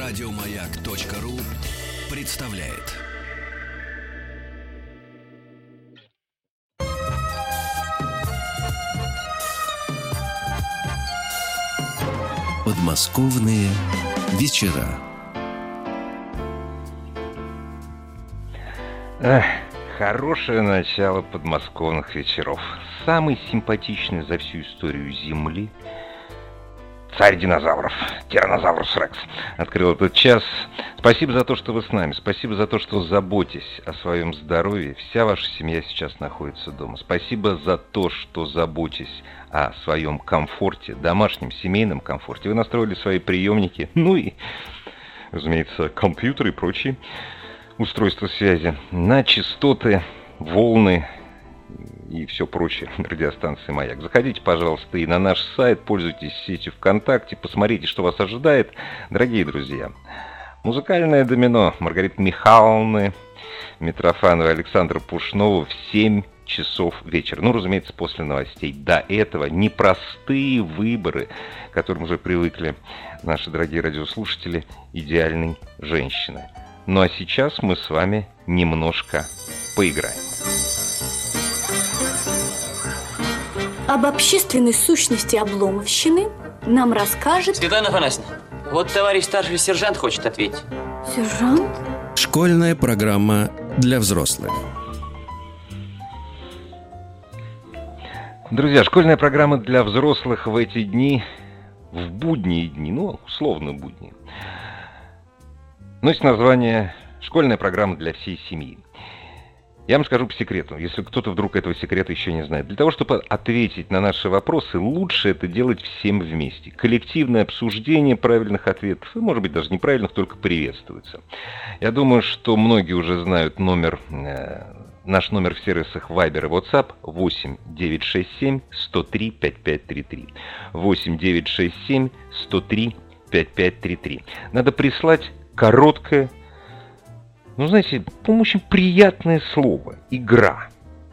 Радиомаяк.ру представляет. Подмосковные вечера. Хорошее начало подмосковных вечеров. Самый симпатичный за всю историю Земли царь динозавров, Тираннозаврус Рекс, открыл этот час. Спасибо за то, что вы с нами. Спасибо за то, что заботитесь о своем здоровье. Вся ваша семья сейчас находится дома. Спасибо за то, что заботитесь о своем комфорте, домашнем, семейном комфорте. Вы настроили свои приемники, ну и, разумеется, компьютеры и прочие устройства связи на частоты, волны и все прочее радиостанции «Маяк». Заходите, пожалуйста, и на наш сайт, пользуйтесь сетью ВКонтакте, посмотрите, что вас ожидает. Дорогие друзья, музыкальное домино Маргариты Михайловны Митрофановой, Александра Пушнова в 7 часов вечера. Ну, разумеется, после новостей. До этого непростые выборы, к которым уже привыкли наши дорогие радиослушатели, идеальной женщины. Ну а сейчас мы с вами немножко поиграем. Об общественной сущности обломовщины нам расскажет... Светлана Афанасьевна, вот товарищ старший сержант хочет ответить. Сержант? Школьная программа для взрослых. Друзья, школьная программа для взрослых в эти дни, в будние дни, ну, условно будни, носит название «Школьная программа для всей семьи». Я вам скажу по секрету, если кто-то вдруг этого секрета еще не знает. Для того, чтобы ответить на наши вопросы, лучше это делать всем вместе. Коллективное обсуждение правильных ответов, и, может быть, даже неправильных, только приветствуется. Я думаю, что многие уже знают наш номер в сервисах Viber и WhatsApp 8 967 103 5533. 8 967 103 5533. Надо прислать короткое, ну, знаете, по-моему, очень приятное слово. Игра.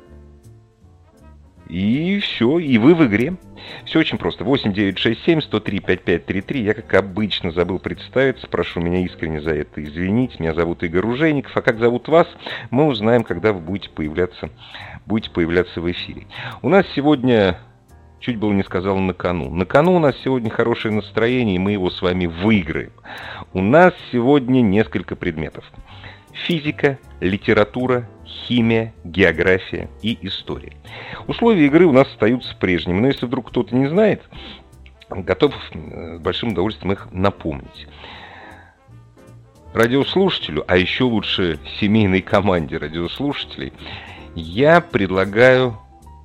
И все, и вы в игре. Все очень просто. 8 967 103 5533. Я, как обычно, забыл представиться. Прошу меня искренне за это извинить. Меня зовут Игорь Ружейников. А как зовут вас, мы узнаем, когда вы будете появляться в эфире. У нас сегодня... Чуть было не сказал на кону. На кону у нас сегодня хорошее настроение, и мы его с вами выиграем. У нас сегодня несколько предметов. Физика, литература, химия, география и история. Условия игры у нас остаются прежними, но если вдруг кто-то не знает, готов с большим удовольствием их напомнить. Радиослушателю, а еще лучше семейной команде радиослушателей, я предлагаю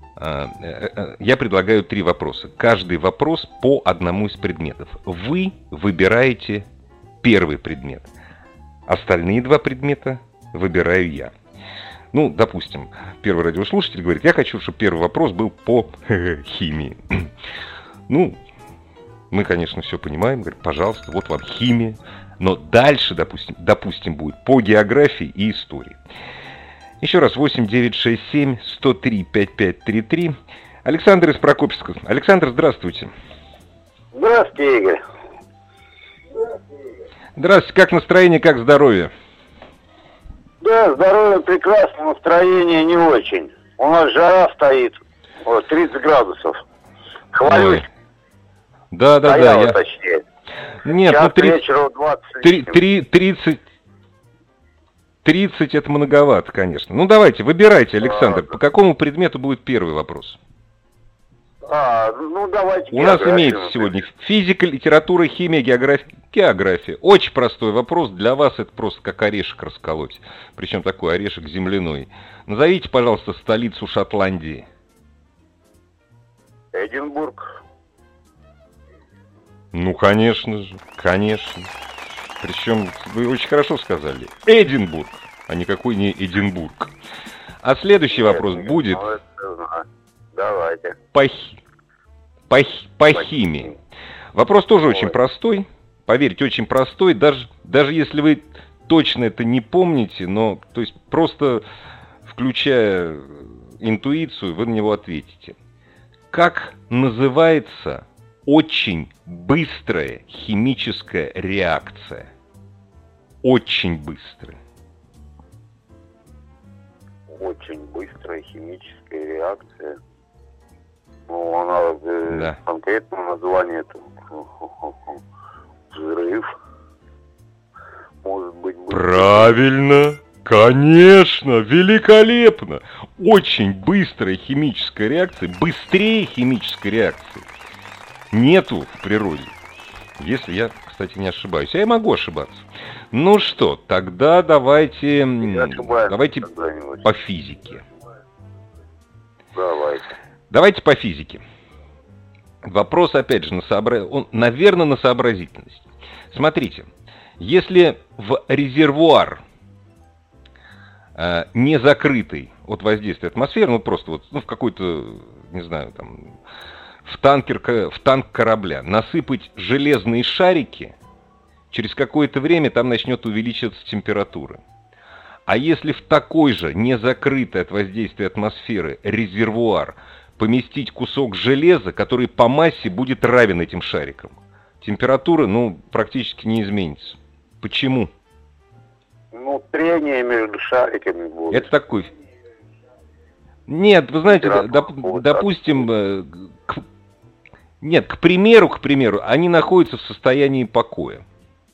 3 вопроса. Каждый вопрос по одному из предметов. Вы выбираете первый предмет. Остальные 2 предмета выбираю я. Ну, допустим, первый радиослушатель говорит, я хочу, чтобы первый вопрос был по химии. Ну, мы, конечно, все понимаем. Говорит, пожалуйста, вот вам химия. Но дальше, допустим, будет по географии и истории. Еще раз, 8 967 103 5533. Александр из Прокопьевска. Александр, здравствуйте. Здравствуйте, Игорь. Здравствуйте, как настроение, как здоровье? Да, здоровье прекрасно, настроение не очень. У нас жара стоит, вот, 30 градусов. Хвалюсь. Да. Точнее. Нет, сейчас ну 30... вечером 20. 30 это многовато, конечно. Ну, давайте, выбирайте, Александр. По какому предмету будет первый вопрос? Давайте. У нас имеется сегодня физика, литература, химия, география. Очень простой вопрос. Для вас это просто как орешек расколоть. Причем такой орешек земляной. Назовите, пожалуйста, столицу Шотландии. Эдинбург. Ну, конечно же, конечно. Причем вы очень хорошо сказали. Эдинбург, а никакой не Эдинбург. А следующий вопрос будет... Давайте. По химии. Вопрос тоже очень простой. Поверьте, очень простой. Даже если вы точно это не помните, но то есть просто включая интуицию, вы на него ответите. Как называется очень быстрая химическая реакция? очень быстрый. Очень быстрая химическая реакция. Ну, она Да. конкретное название это взрыв. Может быть, Правильно, конечно, великолепно. Очень быстрая химическая реакция, быстрее химической реакции нету в природе. Если я, кстати, не ошибаюсь. А я могу ошибаться. Ну что, тогда давайте когда-нибудь. по физике. Давайте. Давайте по физике. Вопрос, опять же, он, наверное, на сообразительность. Смотрите, если в резервуар не закрытый от воздействия атмосферы, ну просто вот, в какой-то, не знаю, там, в танк корабля насыпать железные шарики, через какое-то время там начнет увеличиваться температура. А если в такой же, не закрытый от воздействия атмосферы резервуар поместить кусок железа, который по массе будет равен этим шарикам, температура, практически не изменится. Почему? Ну, трение между шариками будет. Это такой... Нет, вы знаете, допустим... Нет, к примеру, они находятся в состоянии покоя.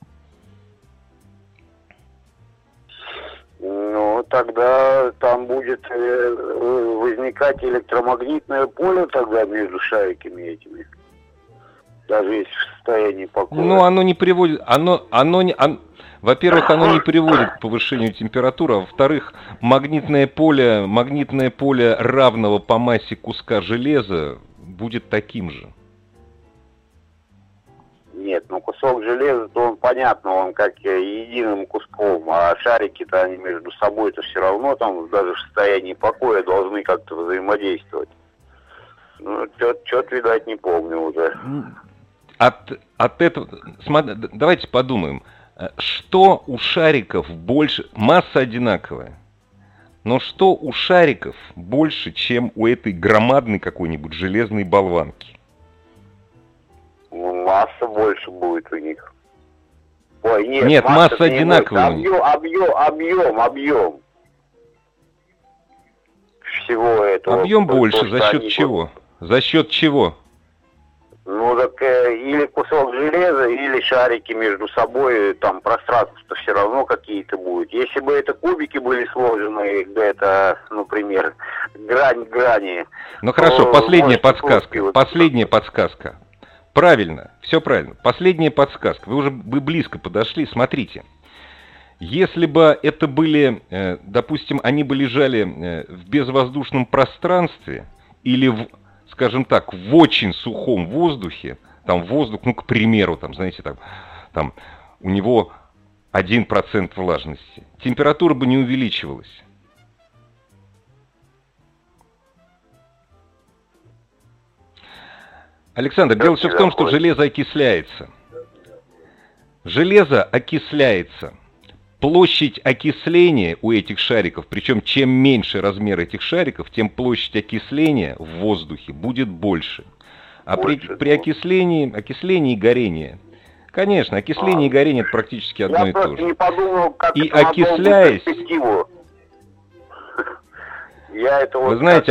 Ну, тогда там будет возникать электромагнитное поле тогда между шариками этими. Даже если в состоянии покоя. Ну, оно не приводит... Во-первых, оно не приводит к повышению температуры, а во-вторых, магнитное поле равного по массе куска железа будет таким же. Нет, кусок железа, то он понятно, он как единым куском, а шарики-то они между собой-то все равно там даже в состоянии покоя должны как-то взаимодействовать. Ну, что-то, видать, не помню уже. От этого... Давайте подумаем. Что у шариков больше... Масса одинаковая. Но что у шариков больше, чем у этой громадной какой-нибудь железной болванки? Масса больше будет у них. Ой, нет, масса одинаковая. Объем. Всего этого. Объем больше. За счет чего? За счет чего? Ну, так или кусок железа, или шарики между собой, там пространство-то все равно какие-то будут. Если бы это кубики были сложены, где-то, например, грань к грани. Ну хорошо, последняя подсказка. Правильно, все правильно. Последняя подсказка. Вы близко подошли. Смотрите. Если бы это были, допустим, они бы лежали в безвоздушном пространстве или скажем так, в очень сухом воздухе, там воздух, к примеру, там, знаете, там у него 1% влажности, температура бы не увеличивалась. Александр, дело все в том, что железо окисляется. Железо окисляется. Площадь окисления у этих шариков, причем чем меньше размер этих шариков, тем площадь окисления в воздухе будет больше. А при окислении и горении, конечно, окисление и горение это практически одно и то же. Я просто не подумал, как и это окисляясь, вы знаете,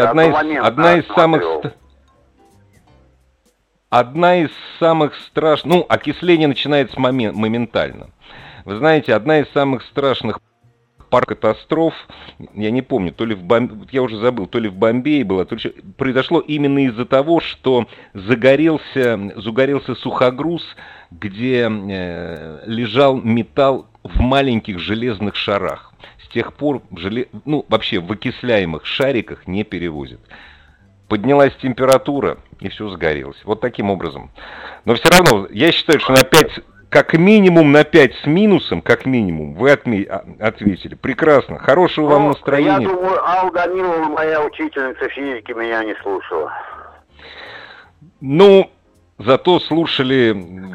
одна из самых страшных, окисление начинается моментально. Вы знаете, одна из самых страшных катастроф, я не помню, я уже забыл, то ли в Бомбее было, то ли произошло именно из-за того, что загорелся сухогруз, где лежал металл в маленьких железных шарах. С тех пор вообще в окисляемых шариках не перевозят. Поднялась температура, и все сгорелось. Вот таким образом. Но все равно, я считаю, что как минимум на 5 с минусом, как минимум, вы ответили. Прекрасно. Хорошего вам настроения. Я думаю, Алла Даниловна, моя учительница физики, меня не слушала. Зато слушали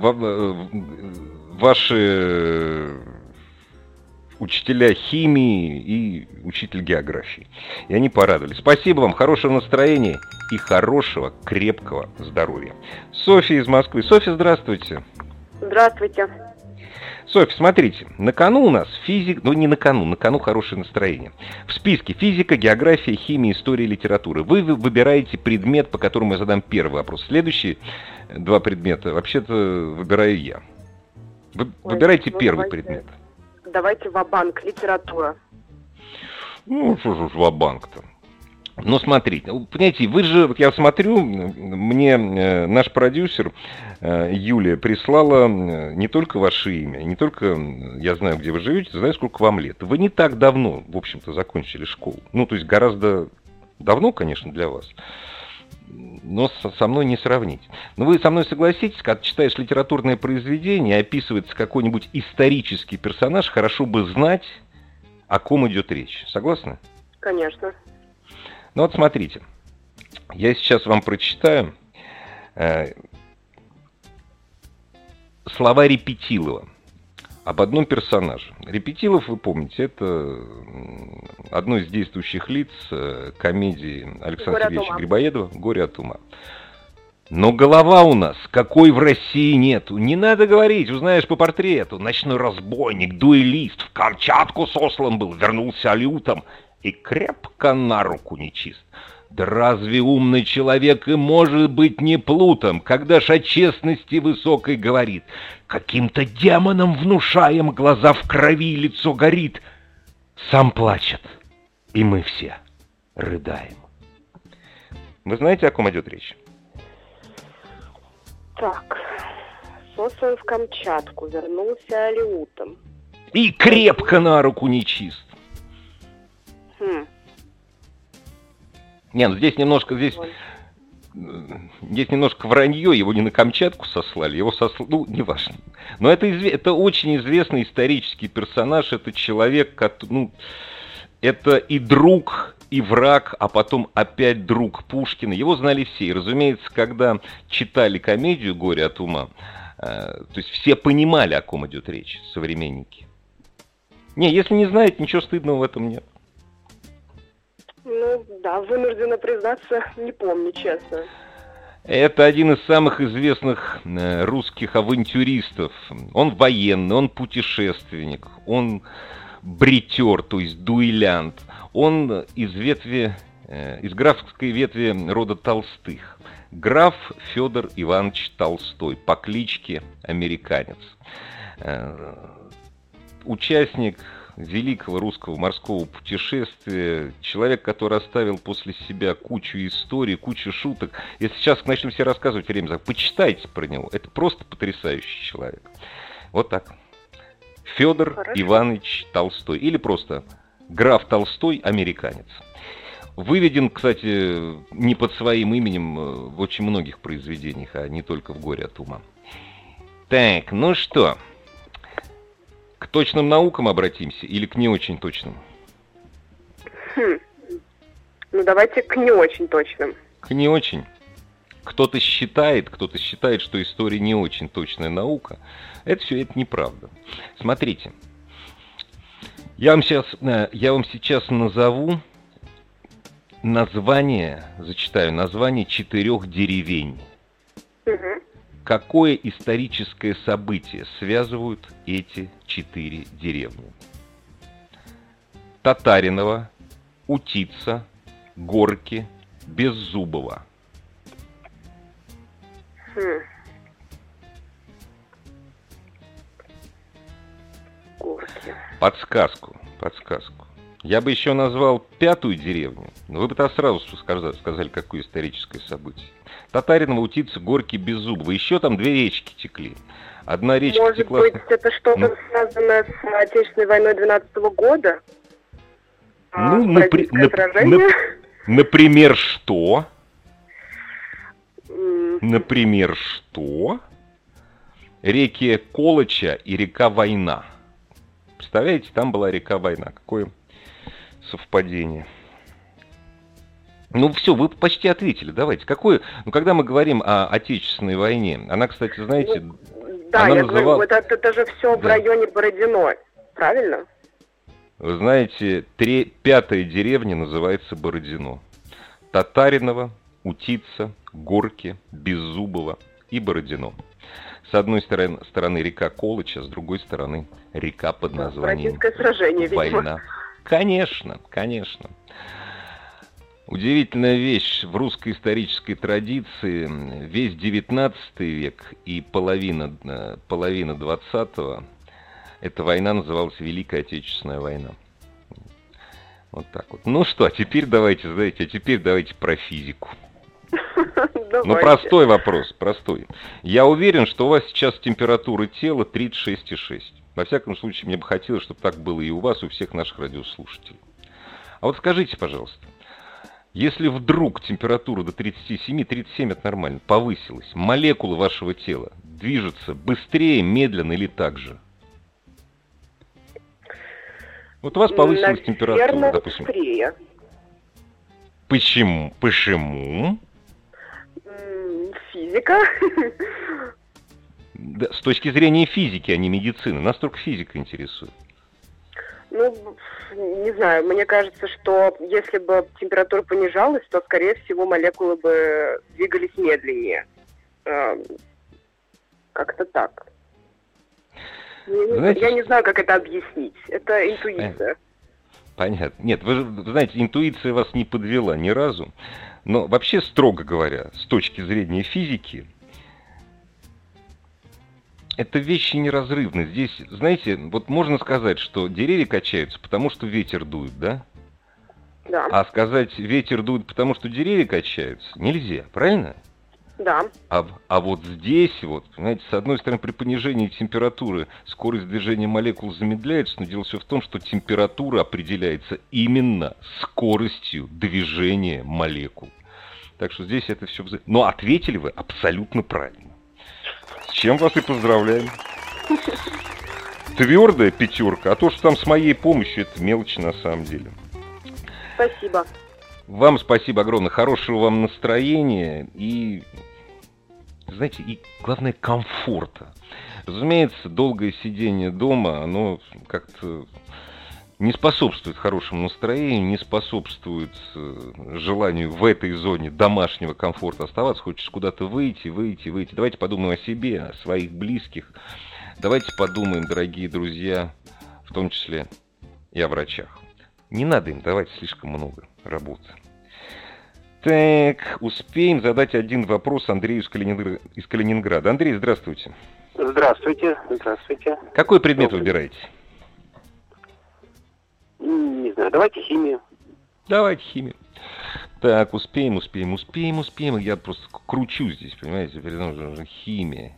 ваши учителя химии и учитель географии. И они порадовали. Спасибо вам, хорошего настроения и хорошего, крепкого здоровья. Софья из Москвы. Софья, здравствуйте. Здравствуйте. Софья, смотрите, на кону у нас физик, ну не на кону хорошее настроение. В списке физика, география, химия, история, литература. Вы выбираете предмет, по которому я задам первый вопрос. Следующие два предмета вообще-то выбираю я. Выбирайте первый предмет. Давайте ва-банк, литература. Ну, что же ва-банк-то? Ну, смотрите, понимаете, вы же, я смотрю, мне наш продюсер Юлия прислала не только ваше имя, не только я знаю, где вы живете, знаю, сколько вам лет. Вы не так давно, в общем-то, закончили школу. Ну, то есть гораздо давно, конечно, для вас, но со мной не сравнить. Но вы со мной согласитесь, когда читаешь литературное произведение, описывается какой-нибудь исторический персонаж, хорошо бы знать, о ком идет речь. Согласны? Конечно. Ну вот смотрите, я сейчас вам прочитаю слова Репетилова об одном персонаже. Репетилов, вы помните, это одно из действующих лиц комедии Александра Сергеевича Грибоедова «Горе от ума». Но голова у нас, какой в России нету. Не надо говорить, узнаешь по портрету. Ночной разбойник, дуэлист, в Камчатку сослан был, вернулся лютом. И крепко на руку нечист. Да разве умный человек и может быть не плутом, когда ж о честности высокой говорит? Каким-то демоном внушаем, глаза в крови, лицо горит. Сам плачет, и мы все рыдаем. Вы знаете, о ком идет речь? Так, сослан в Камчатку, вернулся алиутом. И крепко на руку нечист. Не, ну здесь немножко вранье, его не на Камчатку сослали, его сослали, ну, неважно. Но это очень известный исторический персонаж, это человек, ну, это и друг, и враг, а потом опять друг Пушкина. Его знали все. И, разумеется, когда читали комедию «Горе от ума», то есть все понимали, о ком идет речь, современники. Не, если не знаете, ничего стыдного в этом нет. Ну, да, вынуждена признаться, не помню, честно. Это один из самых известных русских авантюристов. Он военный, он путешественник, он бритер, то есть дуэлянт. Он из графской ветви рода Толстых. Граф Федор Иванович Толстой, по кличке Американец. Участник великого русского морского путешествия, человек, который оставил после себя кучу историй, кучу шуток. Если сейчас начнем все рассказывать, время почитайте про него. Это просто потрясающий человек. Вот так. Федор Иванович Толстой. Или просто граф Толстой, американец. Выведен, кстати, не под своим именем в очень многих произведениях, а не только в «Горе от ума». Так, ну что... К точным наукам обратимся или к не очень точным? Ну, давайте к не очень точным. К не очень. Кто-то считает, что история не очень точная наука. Это неправда. Смотрите. Я вам сейчас назову зачитаю название 4 деревень. Какое историческое событие связывают эти 4 деревни? Татаринова, Утица, Горки, Беззубова. Горки. Подсказку. Я бы еще назвал 5-ю деревню, но вы бы то сразу сказали, какое историческое событие. Татаринова, Утица, Горки, Беззубова. Еще там 2 речки текли. Одна речка Может текла... быть, это что-то связанное с Отечественной войной 12-го года? Ну, например, что? Например, что? Реки Колыча и река Война. Представляете, там была река Война. Какое совпадение. Ну все, вы почти ответили. Давайте. Когда мы говорим о Отечественной войне, она, кстати, знаете... Да, я говорю, это же все в районе Бородино, правильно? Вы знаете, 5-я деревня называется Бородино. Татаринова, Утица, Горки, Беззубова и Бородино. С одной стороны река Колыча, а с другой стороны река под названием сражение, Война. Конечно, конечно. Удивительная вещь в русской исторической традиции. Весь 19 век и половина 20-го эта война называлась Великая Отечественная война. Вот так вот. Ну что, теперь давайте про физику. Ну, простой вопрос, простой. Я уверен, что у вас сейчас температура тела 36,6. Во всяком случае, мне бы хотелось, чтобы так было и у вас, и у всех наших радиослушателей. А вот скажите, пожалуйста, если вдруг температура до 37 это нормально, повысилась, молекулы вашего тела движутся быстрее, медленно или так же? Вот у вас повысилась температура, допустим. Быстрее. Почему? Почему? Физика. Да, с точки зрения физики, а не медицины. Нас только физика интересует. Ну, не знаю, мне кажется, что если бы температура понижалась, то, скорее всего, молекулы бы двигались медленнее. Как-то так. Знаете, я не знаю, как это объяснить. Это интуиция. Понятно. Нет, вы знаете, интуиция вас не подвела ни разу. Но вообще, строго говоря, с точки зрения физики, это вещи неразрывны. Здесь, знаете, вот можно сказать, что деревья качаются, потому что ветер дует, да? Да. А сказать, ветер дует, потому что деревья качаются, нельзя, правильно? Да. А вот здесь, вот, понимаете, с одной стороны, при понижении температуры скорость движения молекул замедляется, но дело все в том, что температура определяется именно скоростью движения молекул. Так что здесь это все... Но ответили вы абсолютно правильно. С чем вас и поздравляем. Твердая 5, а то, что там с моей помощью, это мелочи на самом деле. Спасибо. Вам спасибо огромное, хорошего вам настроения и, знаете, и главное, комфорта. Разумеется, долгое сидение дома, оно как-то не способствует хорошему настроению, не способствует желанию в этой зоне домашнего комфорта оставаться. Хочется куда-то выйти. Давайте подумаем о себе, о своих близких. Давайте подумаем, дорогие друзья, в том числе и о врачах. Не надо им давать слишком много работы. Так, успеем задать один вопрос Андрею из Калининграда. Андрей, здравствуйте. Здравствуйте. Какой предмет выбираете? Не знаю, давайте химию. Давайте химию. Так, успеем. Я просто кручу здесь, понимаете, передо мной химия.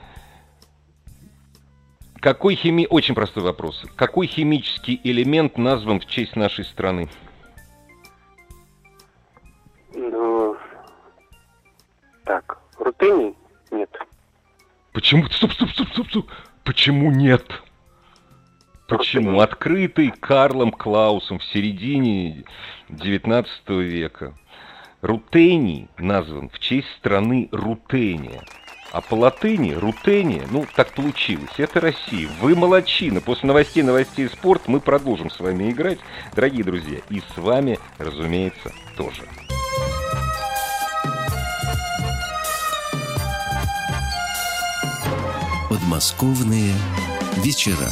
Очень простой вопрос. Какой химический элемент назван в честь нашей страны? Ну, так, рутений? Нет. Почему? Стоп. Почему нет? Почему? Открытый Карлом Клаусом в середине 19 века. Рутений назван в честь страны Рутения. А по латыни Рутения, так получилось. Это Россия. Вы молодчина. После новостей спорт мы продолжим с вами играть, дорогие друзья. И с вами, разумеется, тоже. Подмосковные вечера.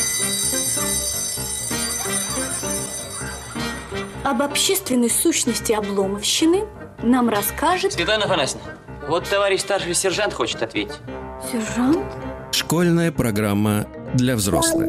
Об общественной сущности обломовщины нам расскажет... Светлана Афанасьевна, вот товарищ старший сержант хочет ответить. Сержант? Школьная программа для взрослых.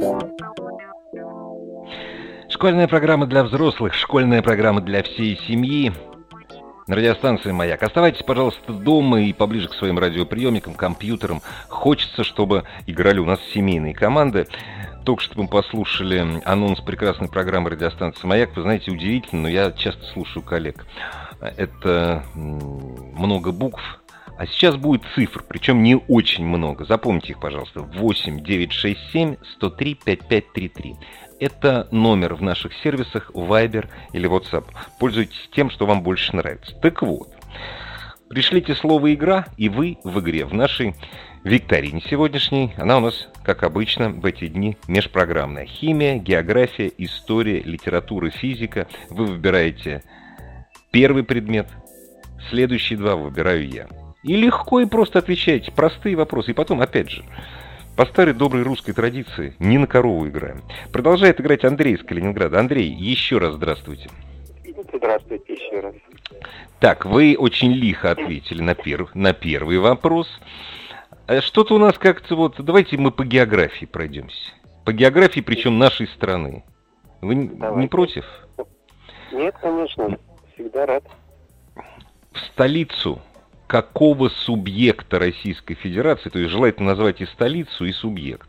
Школьная программа для взрослых, школьная программа для всей семьи. На радиостанции «Маяк». Оставайтесь, пожалуйста, дома и поближе к своим радиоприемникам, компьютерам. Хочется, чтобы играли у нас семейные команды. Только что мы послушали анонс прекрасной программы радиостанции «Маяк». Вы знаете, удивительно, но я часто слушаю коллег. Это много букв. А сейчас будет цифр, причем не очень много. Запомните их, пожалуйста. 8 967 103 5533. Это номер в наших сервисах Viber или WhatsApp. Пользуйтесь тем, что вам больше нравится. Так вот, пришлите слово «игра», и вы в игре. В нашей викторине сегодняшней, она у нас, как обычно, в эти дни межпрограммная. Химия, география, история, литература, физика. Вы выбираете первый предмет, следующие два выбираю я. И легко и просто отвечаете. Простые вопросы. И потом, опять же, по старой доброй русской традиции, не на корову играем. Продолжает играть Андрей из Калининграда. Андрей, еще раз здравствуйте. Здравствуйте еще раз. Так, вы очень лихо ответили на первый вопрос. Что-то у нас как-то вот... Давайте мы по географии пройдемся. По географии, причем нашей страны. Вы не против? Нет, конечно. Всегда рад. В столицу какого субъекта Российской Федерации, то есть желательно назвать и столицу, и субъект,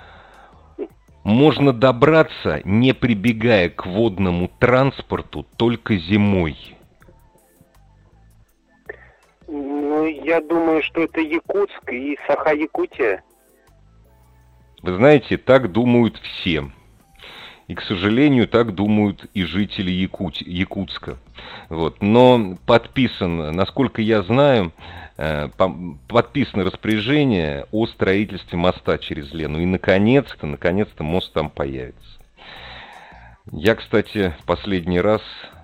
можно добраться, не прибегая к водному транспорту, только зимой? Ну, я думаю, что это Якутск и Саха-Якутия. Вы знаете, так думают все. И, к сожалению, так думают и жители Якутска. Вот. Но подписан, насколько я знаю, подписано распоряжение о строительстве моста через Лену. И наконец-то мост там появится. Я, кстати, последний раз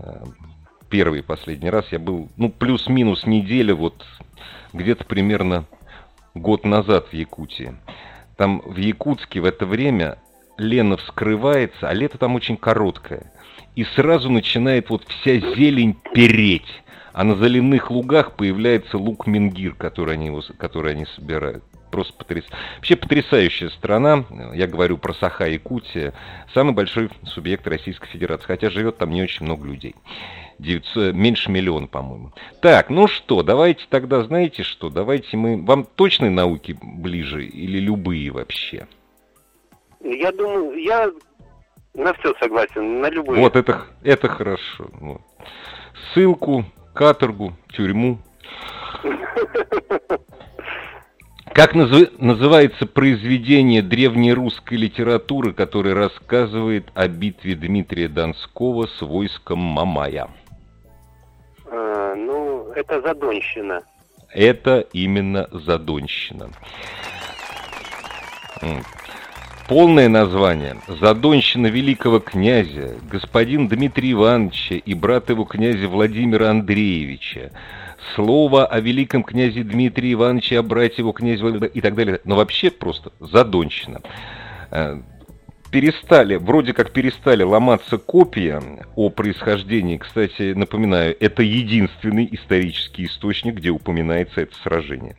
я был, плюс-минус неделя, вот где-то примерно год назад в Якутии. Там в Якутске в это время Лена вскрывается, а лето там очень короткое. И сразу начинает вот вся зелень переть. А на заливных лугах появляется лук-менгир, который они собирают. Просто вообще потрясающая страна. Я говорю про Саха-Якутия. Самый большой субъект Российской Федерации. Хотя живет там не очень много людей. Меньше миллиона, по-моему. Так, ну что, давайте тогда, знаете что? Давайте вам точные науки ближе или любые вообще? Я думаю, я на все согласен, на любые. Вот это хорошо. Вот. Ссылку, каторгу, тюрьму. Как называется произведение древнерусской литературы, которое рассказывает о битве Дмитрия Донского с войском Мамая? Это Задонщина. Это именно Задонщина. Полное название: Задонщина великого князя, господин Дмитрия Ивановича и брата его князя Владимира Андреевича. Слово о великом князе Дмитрии Ивановиче, о брате его князе и так далее. Но вообще просто Задонщина. Вроде как перестали ломаться копья о происхождении. Кстати, напоминаю, это единственный исторический источник, где упоминается это сражение.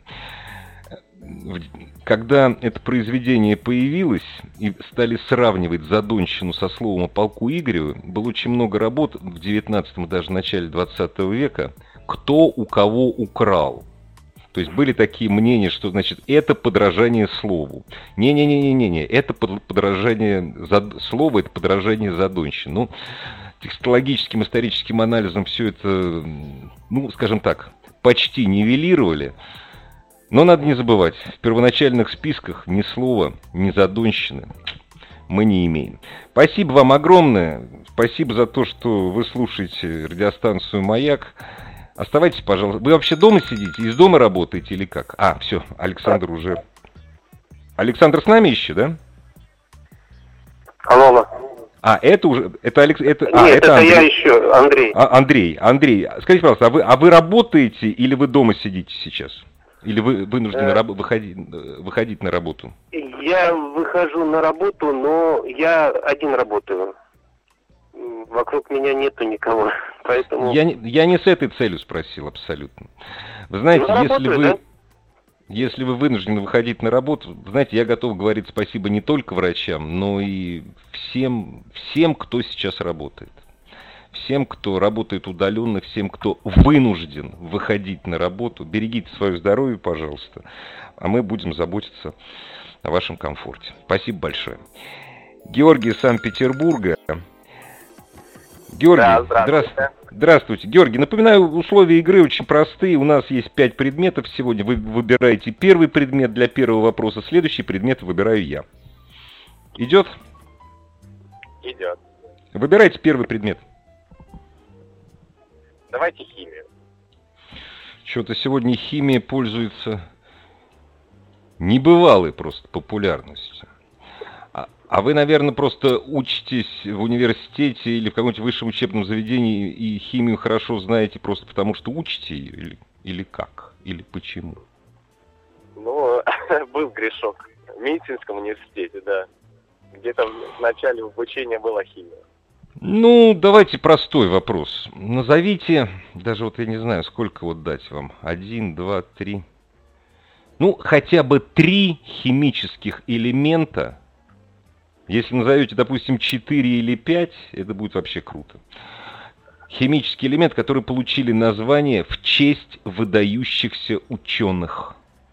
Когда это произведение появилось и стали сравнивать Задонщину со словом о полку Игореве, было очень много работ в 19 и даже начале 20 века, кто у кого украл. То есть были такие мнения, что, значит, это подражание слову. Не-не-не-не-не, это подражание слову, это подражание Задонщины. Ну, текстологическим, историческим анализом все это, скажем так, почти нивелировали. Но надо не забывать, в первоначальных списках ни слова, ни Задонщины мы не имеем. Спасибо вам огромное. Спасибо за то, что вы слушаете радиостанцию «Маяк». Оставайтесь, пожалуйста. Вы вообще дома сидите? Из дома работаете или как? Все, Александр уже... Александр с нами еще, да? Алло. Это уже... Это Андрей. Я еще, Андрей. Андрей, скажите, пожалуйста, а вы работаете или вы дома сидите сейчас? Или вы вынуждены выходить на работу? Я выхожу на работу, но я один работаю. Вокруг меня нету никого, поэтому... Я не с этой целью спросил абсолютно. Вы знаете, если вы вынуждены выходить на работу, знаете, я готов говорить спасибо не только врачам, но и всем, кто сейчас работает. Всем, кто работает удаленно, всем, кто вынужден выходить на работу. Берегите свое здоровье, пожалуйста, а мы будем заботиться о вашем комфорте. Спасибо большое. Георгий из Санкт-Петербурга. Георгий, да, здравствуйте. Георгий, напоминаю, условия игры очень простые. У нас есть 5 предметов сегодня. Вы выбираете первый предмет для первого вопроса. Следующий предмет выбираю я. Идет? Идет. Выбирайте первый предмет. Давайте химию. Что-то сегодня химия пользуется небывалой просто популярностью. А вы, наверное, просто учитесь в университете или в каком-нибудь высшем учебном заведении и химию хорошо знаете просто потому, что учите ее или как? или почему? Ну, был грешок. В медицинском университете, да. Где-то в начале обучения была химия. Ну, давайте простой вопрос. Назовите, даже вот я не знаю, сколько вот дать вам. 1, 2, 3. Ну, хотя бы 3 химических элемента. Если назовете, допустим, 4 или 5, это будет вообще круто. Химический элемент, который получили название в честь выдающихся ученых.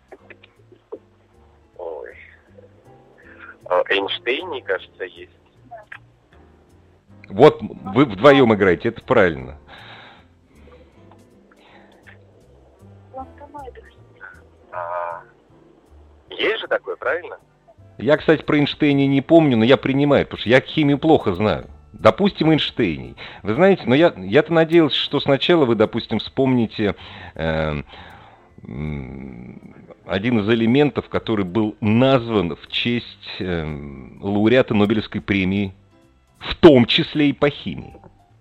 Ой. Эйнштейн, мне кажется, есть. Вот вы вдвоем играете, это правильно. Есть же такое, правильно? Я, кстати, про Эйнштейна не помню, но я принимаю, потому что я химию плохо знаю. Допустим, Эйнштейний. Вы знаете, но я-то надеялся, что сначала вы, допустим, вспомните один из элементов, который был назван в честь лауреата Нобелевской премии, в том числе и по химии.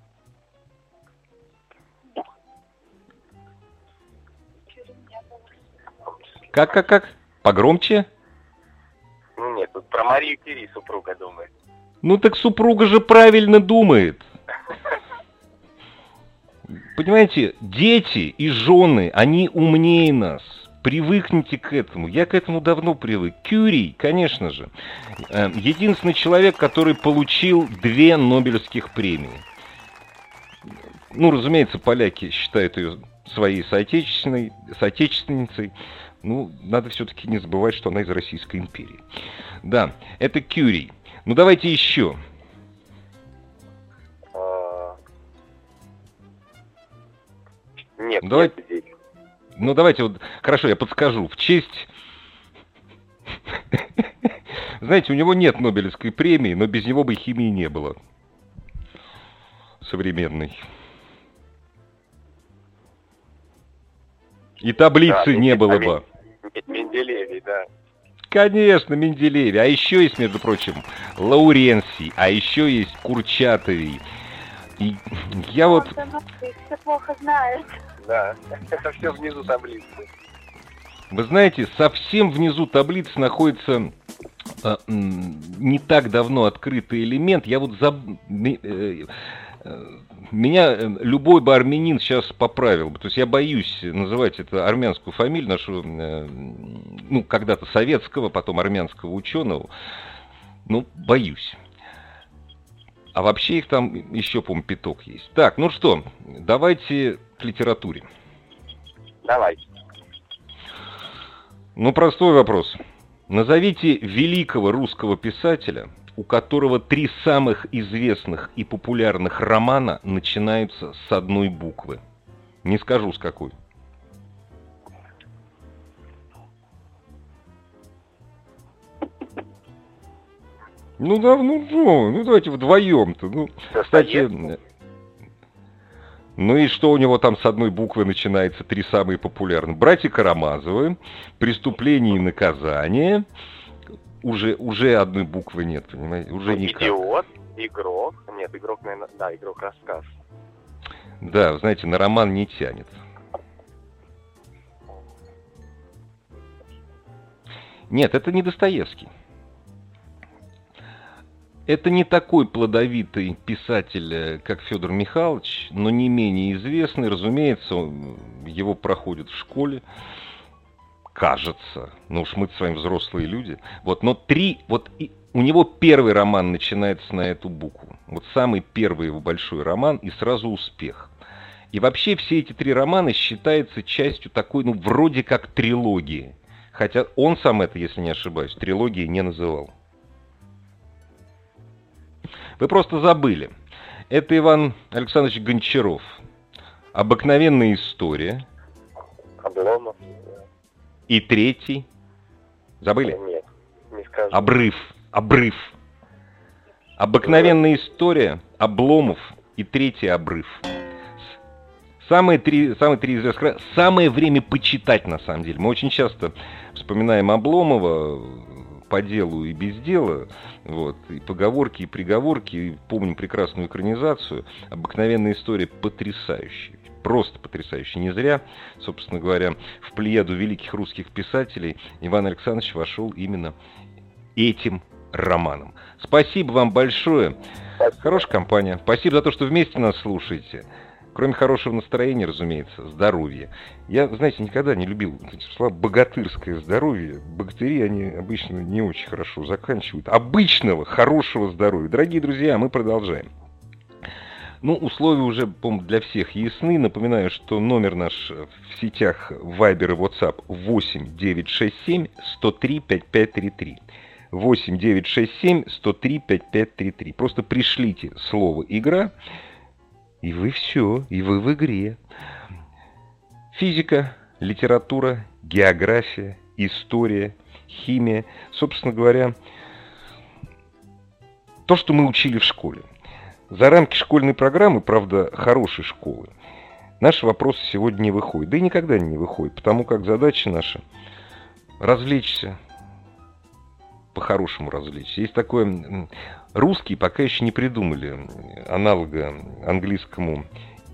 Как? Погромче? Ну нет, тут про Марию Кюри супруга думает. Ну так супруга же правильно думает. Понимаете, дети и жены, они умнее нас. Привыкните к этому. Я к этому давно привык. Кюри, конечно же. Единственный человек, который получил 2 Нобелевских премии. Ну, разумеется, поляки считают ее своей соотечественницей. Ну, надо все-таки не забывать, что она из Российской империи. Да, это Кюри. Ну, давайте еще. Нет, давайте, нет здесь. Ну, давайте вот, хорошо, я подскажу. В честь... Знаете, у него нет Нобелевской премии, но без него бы химии не было. Современной. И таблицы не было бы. Менделеевой, да. Конечно, Менделееве. А еще есть, между прочим, Лауренсий, а еще есть Курчатовый. И я вот... Все плохо знает. Да, это все внизу таблицы. Вы знаете, совсем внизу таблицы находится не так давно открытый элемент. Я вот меня любой бы армянин сейчас поправил бы. То есть я боюсь называть это армянскую фамилию, нашу, ну, когда-то советского, потом армянского ученого. Ну, боюсь. А вообще их там еще, по-моему, пяток есть. Так, ну что, давайте к литературе. Давай. Ну, простой вопрос. Назовите великого русского писателя, у которого 3 самых известных и популярных романа начинаются с одной буквы. Не скажу, с какой. Ну да, ну давайте вдвоем-то. Ну, кстати, ну и что у него там с одной буквы начинается 3 самые популярные? «Братья Карамазовы», «Преступление и наказание». Уже одной буквы нет, понимаете? Уже никак. «Идиот», «Игрок». Нет, «Игрок», наверное, да, «Игрок» рассказ. Да, вы знаете, на роман не тянет. Нет, это не Достоевский. Это не такой плодовитый писатель, как Федор Михайлович, но не менее известный. Разумеется, его проходят в школе. Кажется. Ну уж мы-то с вами взрослые люди. Вот, но у него первый роман начинается на эту букву. Вот самый первый его большой роман и сразу успех. И вообще все эти 3 романа считаются частью такой, ну, вроде как трилогии. Хотя он сам это, если не ошибаюсь, трилогией не называл. Вы просто забыли. Это Иван Александрович Гончаров. «Обыкновенная история». Обломов. И 3. Забыли? Нет, не скажу. Обрыв. «Обыкновенная история», «Обломов» и 3 «Обрыв». Самые три известных. Самое время почитать, на самом деле. Мы очень часто вспоминаем Обломова по делу и без дела. Вот, и поговорки, и приговорки. И помним прекрасную экранизацию. «Обыкновенная история» потрясающая. просто потрясающе. Не зря, собственно говоря, в плеяду великих русских писателей Иван Александрович вошел именно этим романом. Спасибо вам большое. Хорошая компания. Спасибо за то, что вместе нас слушаете. Кроме хорошего настроения, разумеется, здоровья. Я, знаете, никогда не любил эти слова «богатырское здоровье». Богатыри, они обычно не очень хорошо заканчивают. Обычного, хорошего здоровья. Дорогие друзья, мы продолжаем. Ну, условия уже, по-моему, для всех ясны. Напоминаю, что номер наш в сетях Viber и WhatsApp 8 967 103 5533. 8 967 103 5533. Просто пришлите слово «игра», и вы все, и вы в игре. Физика, литература, география, история, химия. Собственно говоря, то, что мы учили в школе. За рамки школьной программы, правда, хорошей школы, наши вопросы сегодня не выходят. Да и никогда не выходят, потому как задача наша развлечься, по-хорошему развлечься. Есть такое... Русские пока еще не придумали аналога английскому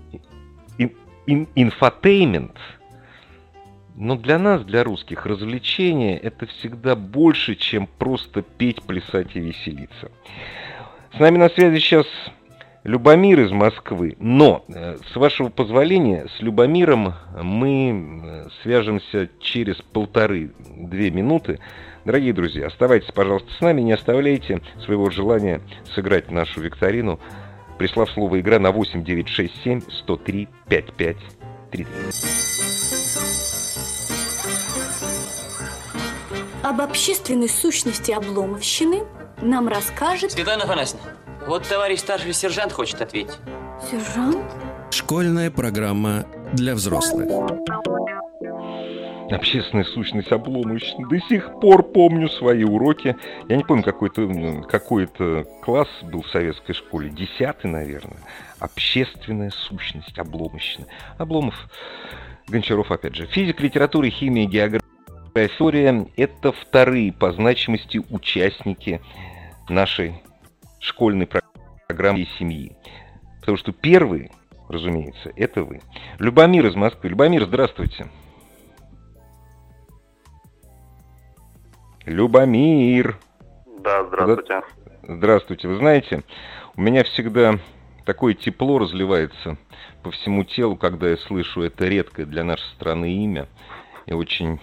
инфотеймент. Но для нас, для русских, развлечение это всегда больше, чем просто петь, плясать и веселиться. С нами на связи сейчас Любомир из Москвы. Но, с вашего позволения, с Любомиром мы свяжемся через 1,5-2 минуты. Дорогие друзья, оставайтесь, пожалуйста, с нами, не оставляйте своего желания сыграть нашу викторину, прислав слово «игра» на 8 967 103 5533. Об общественной сущности обломовщины нам расскажет... Светлана Афанасьевна, вот товарищ старший сержант хочет ответить. Сержант? Школьная программа для взрослых. Общественная сущность обломовщины. До сих пор помню свои уроки. Я не помню, какой-то класс был в советской школе. 10-й, наверное. Общественная сущность обломовщины. Обломов, Гончаров, опять же. Физика, литература, химия, география, история – это вторые по значимости участники нашей школьной программы и семьи. Потому что первые, разумеется, это вы. Любомир из Москвы. Любомир, здравствуйте. Любомир. Да, здравствуйте. Здравствуйте. Вы знаете, у меня всегда такое тепло разливается по всему телу, когда я слышу это редкое для нашей страны имя. И очень,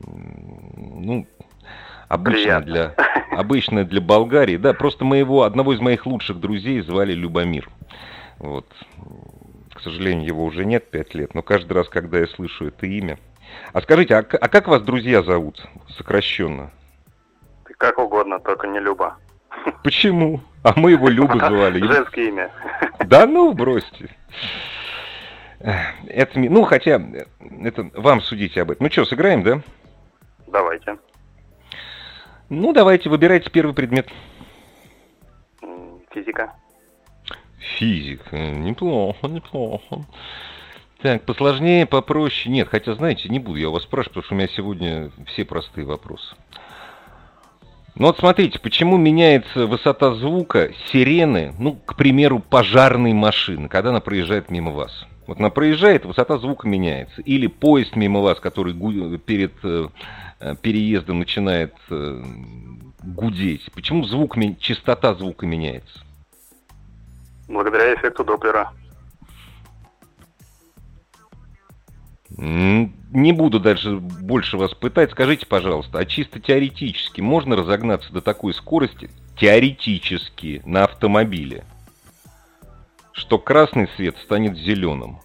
обычное для Болгарии. Да, просто одного из моих лучших друзей звали Любомир. Вот. К сожалению, его уже нет 5 лет, но каждый раз, когда я слышу это имя... А скажите, а как вас друзья зовут сокращенно? Как угодно, только не Люба. Почему? А мы его Люба звали. Женское имя. Да ну, бросьте. Это, хотя, это вам судите об этом. Ну что, сыграем, да? Давайте. Давайте, выбирайте первый предмет. Физика. Физика. Неплохо. Так, посложнее, попроще. Нет, хотя, знаете, не буду я у вас спрашивать, потому что у меня сегодня все простые вопросы. Вот смотрите, почему меняется высота звука сирены, к примеру, пожарной машины, когда она проезжает мимо вас. Вот она проезжает, высота звука меняется. Или поезд мимо вас, который перед переездом начинает гудеть. Почему частота звука меняется? Благодаря эффекту Доплера. Не буду дальше больше вас пытать. Скажите, пожалуйста, а чисто теоретически можно разогнаться до такой скорости, теоретически, на автомобиле, что красный свет станет зеленым?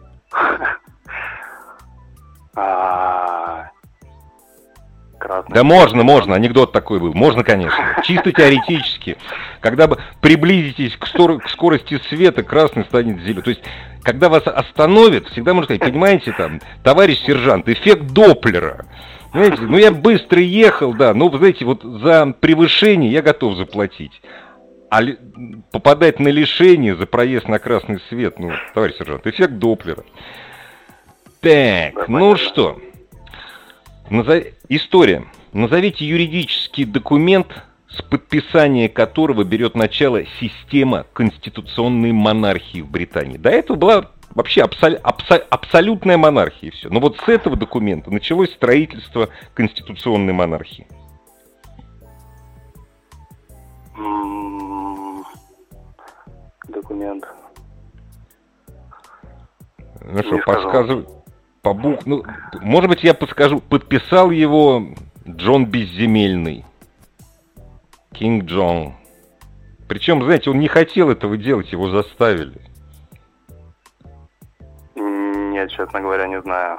Красный. Да можно, анекдот такой был. Можно, конечно. Чисто теоретически. Когда вы приблизитесь к скорости света, красный станет зеленым. То есть, когда вас остановят, всегда можно сказать, понимаете, товарищ сержант, эффект Доплера. Понимаете, я быстро ехал, да, вы знаете, вот за превышение я готов заплатить. А попадать на лишение за проезд на красный свет, товарищ сержант, эффект Доплера. Так, что? История. Назовите юридический документ, с подписания которого берет начало система конституционной монархии в Британии. До этого была вообще абсолютная монархия и все. Но вот с этого документа началось строительство конституционной монархии. Документ. Ну что, подсказывай. Ну, может быть, я подскажу. Подписал его Джон Безземельный. Кинг Джон. Причем, знаете, он не хотел этого делать, его заставили. Нет, честно говоря, не знаю.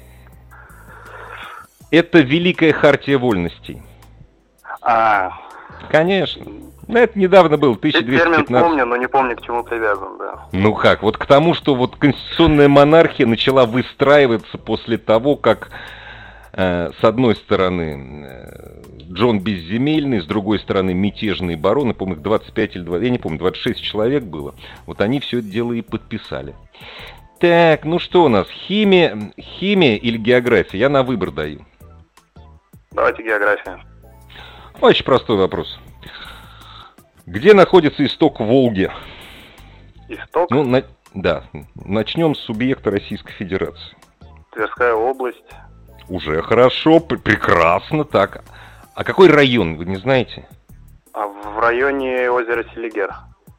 Это Великая Хартия Вольностей. Конечно. Ну, это недавно было, 1215. Термин помню, но не помню, к чему привязан, да. Ну как, вот к тому, что вот конституционная монархия начала выстраиваться после того, как с одной стороны Джон Безземельный, с другой стороны мятежные бароны, по-моему, их 25 или 20, я не помню, 26 человек было. Вот они все это дело и подписали. Так, ну что у нас, химия или география? Я на выбор даю. Давайте география. Очень простой вопрос. Где находится исток Волги? Исток? Ну, да. Начнем с субъекта Российской Федерации. Тверская область. Уже хорошо, прекрасно, так. А какой район, вы не знаете? В районе озера Селигер.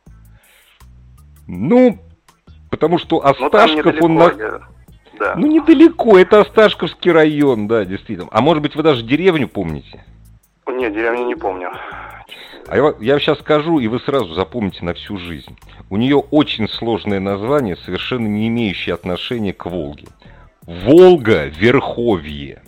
Ну, потому что Осташков, он... Да. Ну, недалеко, это Осташковский район, да, действительно. А может быть, вы даже деревню помните? Нет, деревню не помню. А я сейчас скажу, и вы сразу запомните на всю жизнь. У нее очень сложное название, совершенно не имеющее отношения к Волге. Волга-Верховье.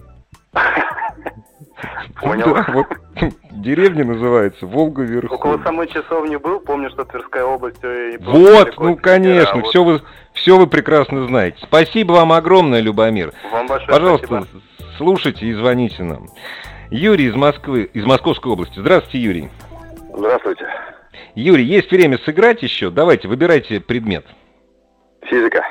Понял. Да, вот деревня называется Волга-Верховье. Около самой часовни был, помню, что Тверская область... Вот, ну конечно, все вы прекрасно знаете. Спасибо вам огромное, Любомир. Вам большое Пожалуйста, спасибо. Слушайте и звоните нам. Юрий из Москвы, из Московской области. Здравствуйте, Юрий. Здравствуйте. Юрий, есть время сыграть еще? Давайте, выбирайте предмет. Физика.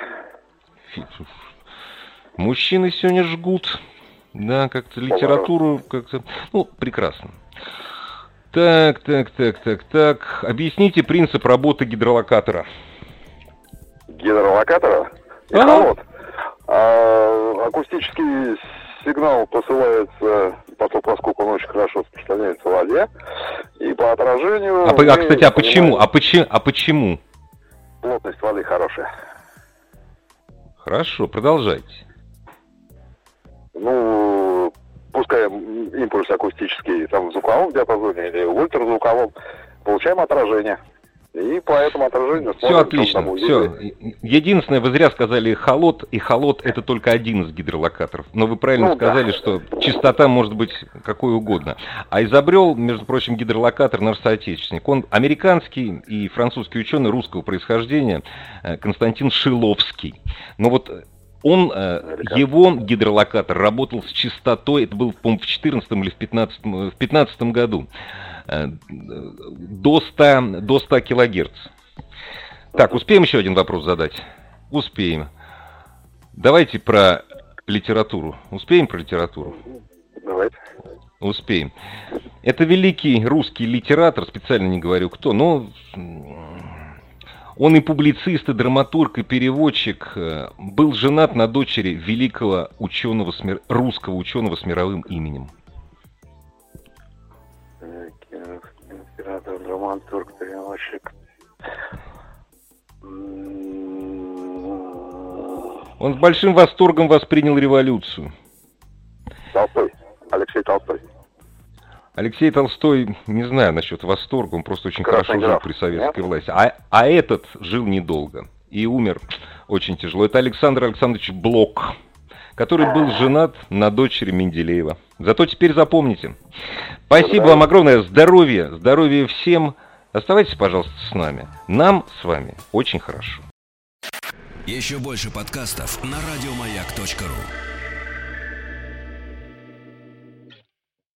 Мужчины сегодня жгут. Да, как-то литературу, как-то... Ну, прекрасно. Так. Объясните принцип работы гидролокатора. Гидролокатора? Эхолот. Акустический сигнал посылается, поскольку он очень хорошо распространяется в воде, и по отражению... Кстати, а почему? Плотность воды хорошая. Хорошо, продолжайте. Ну, пускай импульс акустический там в звуковом диапазоне или в ультразвуковом, получаем отражение. И по этому отражению... Все отлично, все. Единственное, вы зря сказали холод, и холод это только один из гидролокаторов. Но вы правильно сказали, что частота может быть какой угодно. А изобрел, между прочим, гидролокатор наш соотечественник. Он американский и французский ученый русского происхождения Константин Шиловский. Но вот он, его гидролокатор работал с частотой, это был, по-моему, в 14 или в 15 году, до 100 килогерц. Так, успеем еще один вопрос задать? Успеем. Давайте про литературу. Успеем про литературу? Давайте. Успеем. Это великий русский литератор, специально не говорю кто, но... Он и публицист, и драматург, и переводчик. Был женат на дочери великого ученого, русского ученого с мировым именем. Литератор, драматург, переводчик. Он с большим восторгом воспринял революцию. Толстой. Алексей Толстой. Алексей Толстой, не знаю насчет восторга, он просто очень хорошо жил при советской власти. А этот жил недолго и умер очень тяжело. Это Александр Александрович Блок, который был женат на дочери Менделеева. Зато теперь запомните. Спасибо вам огромное, здоровья всем. Оставайтесь, пожалуйста, с нами. Нам с вами очень хорошо. Еще больше подкастов на радиомаяк.ру.